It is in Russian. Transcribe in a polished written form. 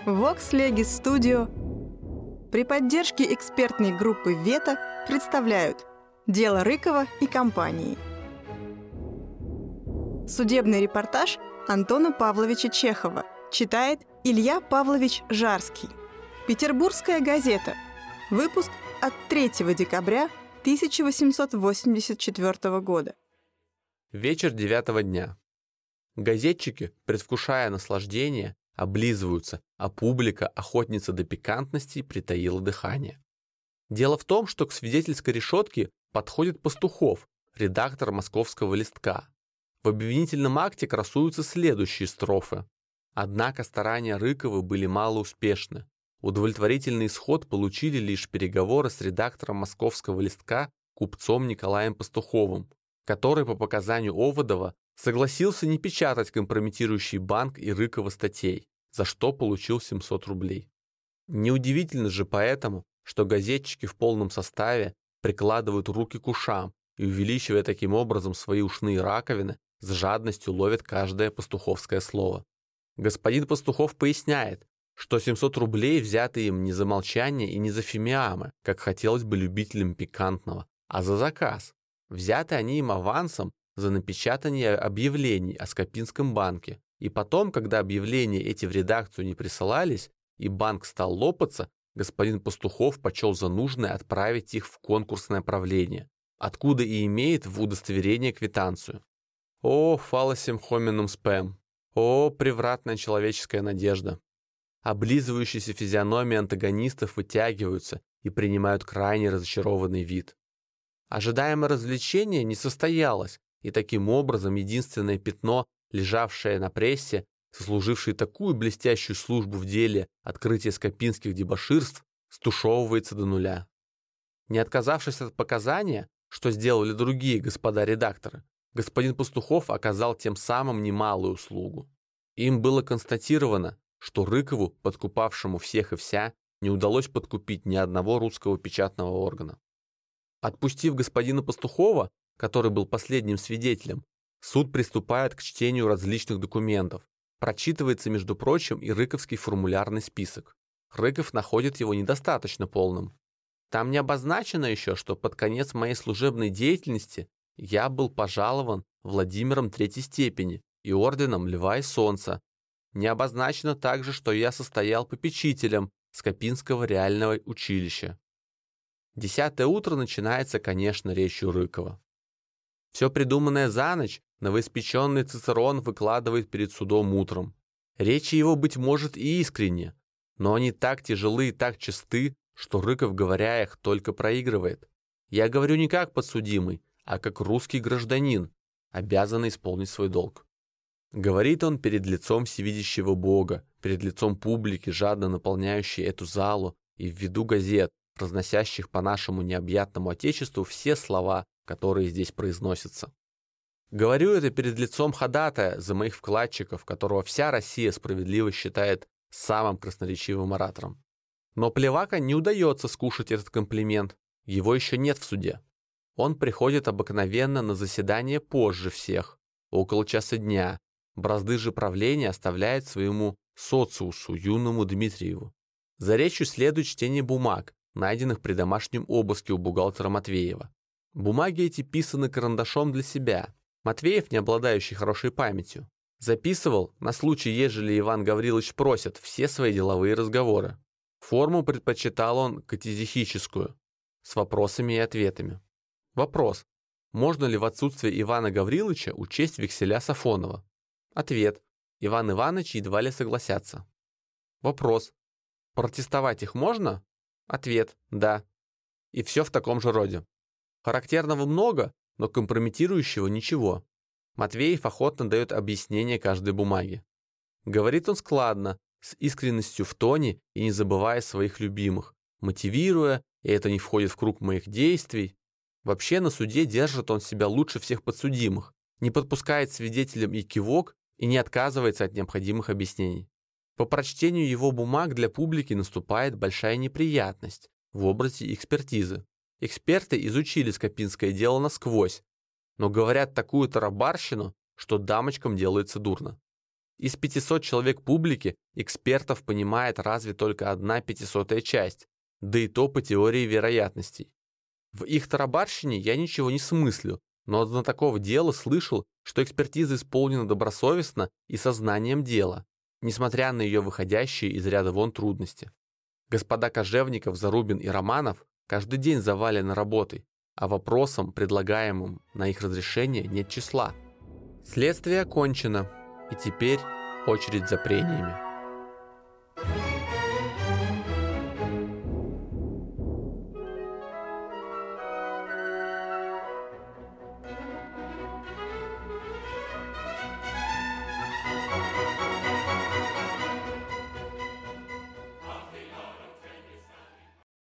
Vox Legis Studio при поддержке экспертной группы «Вета» представляют «Дело Рыкова и компании». Судебный репортаж Антона Павловича Чехова читает Илья Павлович Жарский. Петербургская газета. Выпуск от 3 декабря 1884 года. Вечер 9-го дня. Газетчики, предвкушая наслаждение, облизываются, а публика, охотница до пикантности, притаила дыхание. Дело в том, что к свидетельской решетке подходит Пастухов, редактор московского листка. В обвинительном акте красуются следующие строфы. Однако старания Рыкова были малоуспешны. Удовлетворительный исход получили лишь переговоры с редактором московского листка купцом Николаем Пастуховым, который по показанию Оводова согласился не печатать компрометирующий банк и Рыкова статей, за что получил 700 рублей. Неудивительно же поэтому, что газетчики в полном составе прикладывают руки к ушам и, увеличивая таким образом свои ушные раковины, с жадностью ловят каждое пастуховское слово. Господин Пастухов поясняет, что 700 рублей взяты им не за молчание и не за фимиамы, как хотелось бы любителям пикантного, а за заказ. Взяты они им авансом за напечатание объявлений о Скопинском банке, и потом, когда объявления эти в редакцию не присылались, и банк стал лопаться, господин Пастухов почел за нужное отправить их в конкурсное правление, откуда и имеет в удостоверение квитанцию. О, фалосем хоминум спэм! О, превратная человеческая надежда! Облизывающиеся физиономии антагонистов вытягиваются и принимают крайне разочарованный вид. Ожидаемое развлечение не состоялось, и таким образом единственное пятно, лежавшее на прессе, сослужившее такую блестящую службу в деле открытия скопинских дебоширств, стушевывается до нуля. Не отказавшись от показания, что сделали другие господа редакторы, господин Пастухов оказал тем самым немалую услугу. Им было констатировано, что Рыкову, подкупавшему всех и вся, не удалось подкупить ни одного русского печатного органа. Отпустив господина Пастухова, который был последним свидетелем, суд приступает к чтению различных документов. Прочитывается, между прочим, и рыковский формулярный список. Рыков находит его недостаточно полным. Там не обозначено еще, что под конец моей служебной деятельности я был пожалован Владимиром Третьей степени и орденом Льва и Солнца. Не обозначено также, что я состоял попечителем Скопинского реального училища. 10-е утро начинается, конечно, речью Рыкова. Все придуманное за ночь новоиспеченный Цицерон выкладывает перед судом утром. Речи его, быть может, и искренне, но они так тяжелы и так чисты, что Рыков, говоря их, только проигрывает. Я говорю не как подсудимый, а как русский гражданин, обязанный исполнить свой долг. Говорит он перед лицом всевидящего Бога, перед лицом публики, жадно наполняющей эту залу, и в виду газет, разносящих по нашему необъятному Отечеству все слова, которые здесь произносятся. Говорю это перед лицом ходатая за моих вкладчиков, которого вся Россия справедливо считает самым красноречивым оратором. Но Плевака не удается скушать этот комплимент, его еще нет в суде. Он приходит обыкновенно на заседание позже всех, около часа дня. Бразды же правления оставляет своему социусу, юному Дмитриеву. За речью следует чтение бумаг, найденных при домашнем обыске у бухгалтера Матвеева. Бумаги эти писаны карандашом для себя. Матвеев, не обладающий хорошей памятью, записывал, на случай, ежели Иван Гаврилович просит, все свои деловые разговоры. Форму предпочитал он катезихическую, с вопросами и ответами. Вопрос: можно ли в отсутствие Ивана Гавриловича учесть векселя Сафонова? Ответ: Иван Иванович едва ли согласятся. Вопрос: протестовать их можно? Ответ: да. И все в таком же роде. Характерного много, но компрометирующего ничего. Матвеев охотно дает объяснение каждой бумаги. Говорит он складно, с искренностью в тоне и не забывая своих любимых, мотивируя, и это не входит в круг моих действий. Вообще на суде держит он себя лучше всех подсудимых, не подпускает свидетелям и кивок и не отказывается от необходимых объяснений. По прочтению его бумаг для публики наступает большая неприятность в образе экспертизы. Эксперты изучили скопинское дело насквозь, но говорят такую тарабарщину, что дамочкам делается дурно. Из 500 человек публики экспертов понимает разве только 1/500 часть, да и то по теории вероятностей. В их тарабарщине я ничего не смыслю, но от знатоков дела слышал, что экспертиза исполнена добросовестно и сознанием дела, несмотря на ее выходящие из ряда вон трудности. Господа Кожевников, Зарубин и Романов каждый день завалены работой, а вопросам, предлагаемым на их разрешение, нет числа. Следствие окончено, и теперь очередь за прениями.